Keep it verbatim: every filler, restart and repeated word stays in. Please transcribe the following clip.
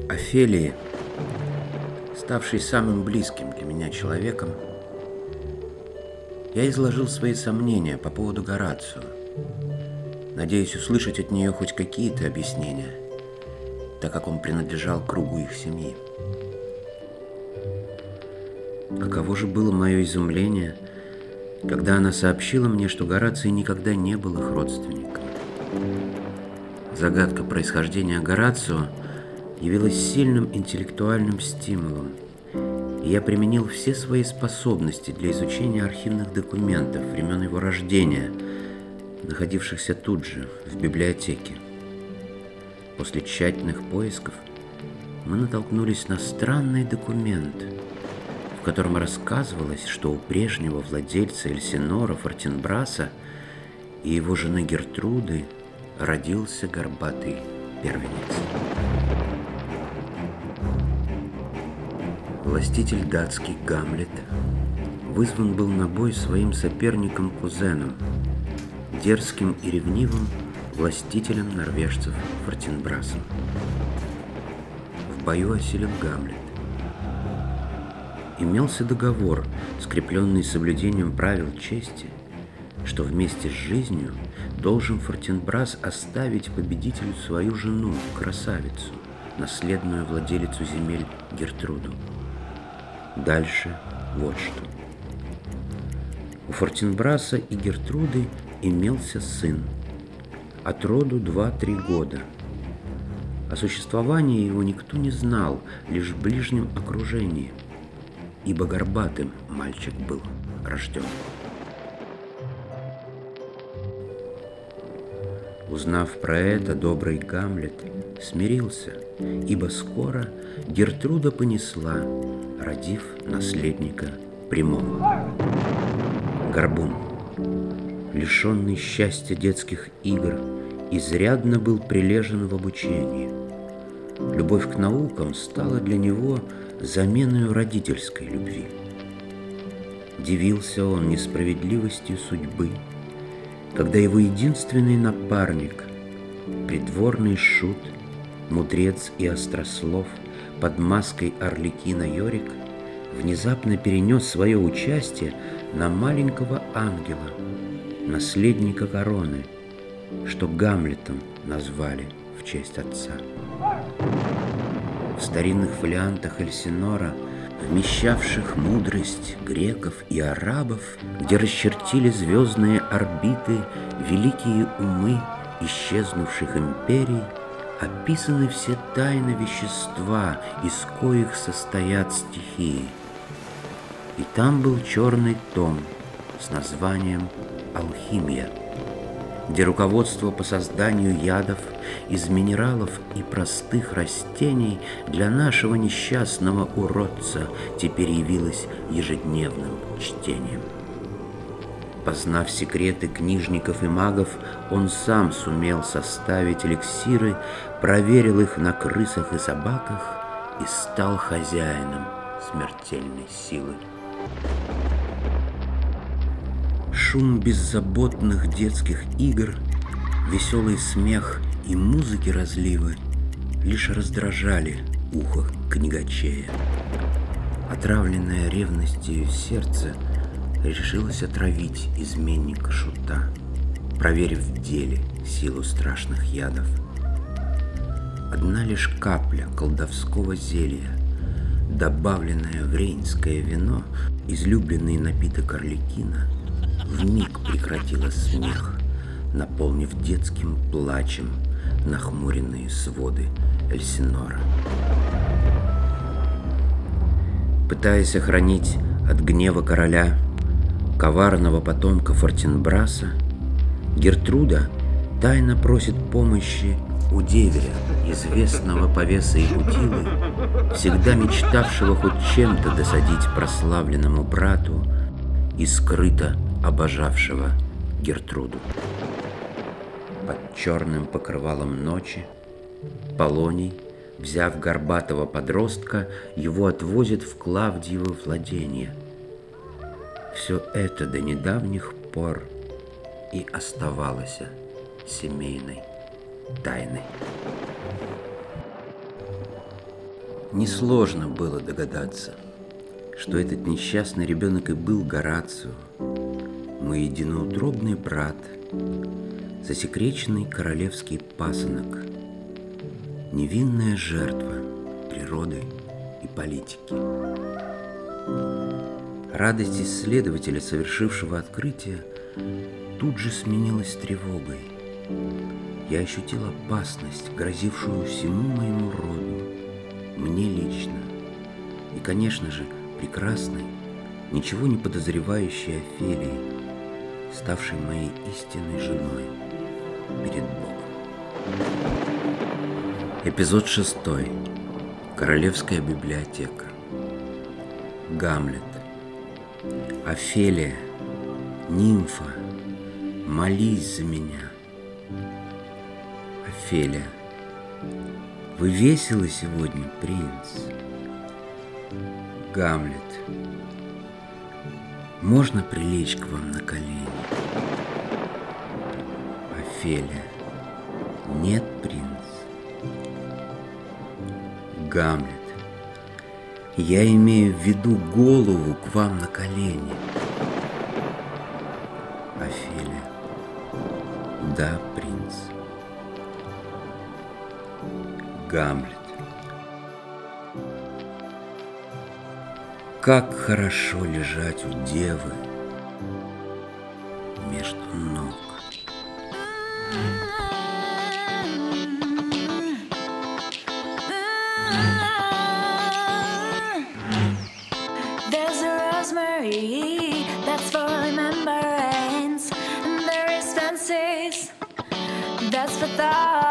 Офелии, ставшей самым близким для меня человеком, я изложил свои сомнения по поводу Горацио, надеясь услышать от нее хоть какие-то объяснения, так как он принадлежал к кругу их семьи. Каково же было мое изумление, когда она сообщила мне, что Гораций никогда не был их родственником. Загадка происхождения Горацио явилась сильным интеллектуальным стимулом, и я применил все свои способности для изучения архивных документов времен его рождения, находившихся тут же, в библиотеке. После тщательных поисков мы натолкнулись на странный документ, в котором рассказывалось, что у прежнего владельца Эльсинора Фортинбраса и его жены Гертруды родился горбатый первенец. Властитель датский Гамлет вызван был на бой своим соперником-кузеном, дерзким и ревнивым властителем норвежцев Фортинбрасом. В бою осилил Гамлет. Имелся договор, скрепленный соблюдением правил чести, что вместе с жизнью должен Фортинбрас оставить победителю свою жену, красавицу, наследную владелицу земель Гертруду. Дальше вот что. У Фортинбраса и Гертруды имелся сын, от роду два-три года. О существовании его никто не знал, лишь в ближнем окружении, ибо горбатым мальчик был рожден. Узнав про это, добрый Гамлет смирился, ибо скоро Гертруда понесла, родив наследника прямого. Горбун, лишенный счастья детских игр, изрядно был прилежен в обучении. Любовь к наукам стала для него заменою родительской любви. Дивился он несправедливостью судьбы, когда его единственный напарник, придворный шут, мудрец и острослов под маской Арлекина Йорик, внезапно перенес свое участие на маленького ангела, наследника короны, что Гамлетом назвали в честь отца. В старинных фолиантах Эльсинора, вмещавших мудрость греков и арабов, где расчертили звездные орбиты великие умы исчезнувших империй, описаны все тайны вещества, из коих состоят стихии. И там был черный том с названием «Алхимия», где руководство по созданию ядов из минералов и простых растений для нашего несчастного уродца теперь явилось ежедневным чтением. Познав секреты книжников и магов, он сам сумел составить эликсиры, проверил их на крысах и собаках и стал хозяином смертельной силы. Шум беззаботных детских игр, веселый смех и музыки разливы лишь раздражали ухо книгачея. Отравленное ревностью сердце решилось отравить изменника шута, проверив в деле силу страшных ядов. Одна лишь капля колдовского зелья, добавленная в рейнское вино, излюбленный напиток Арлекина, вмиг прекратила смех, наполнив детским плачем нахмуренные своды Эльсинора. Пытаясь охранить от гнева короля коварного потомка Фортинбраса, Гертруда тайно просит помощи у деверя, известного повеса Ягудилы, всегда мечтавшего хоть чем-то досадить прославленному брату и скрыто обожавшего Гертруду. Под черным покрывалом ночи Полоний, взяв горбатого подростка, его отвозит в Клавдиево владение. Все это до недавних пор и оставалось семейной тайной. Несложно было догадаться, что этот несчастный ребенок и был Горацио, мой единоутробный брат, засекреченный королевский пасынок, невинная жертва природы и политики. Радость исследователя, совершившего открытие, тут же сменилась тревогой. Я ощутил опасность, грозившую всему моему роду, мне лично, и, конечно же, прекрасной, ничего не подозревающей Офелии, ставшей моей истинной женой перед Богом. Эпизод шестой. Королевская библиотека. Гамлет. Офелия, нимфа, молись за меня. Офелия. Вы веселы сегодня, принц? Гамлет. Можно прилечь к вам на колени? Офелия. Нет, принц. Гамлет. Я имею в виду голову к вам на колени. Офелия. Да, принц. Гамлет. Как хорошо лежать у девы между ног. There's a rosemary that's for remembrance, and there is fences that's for thought.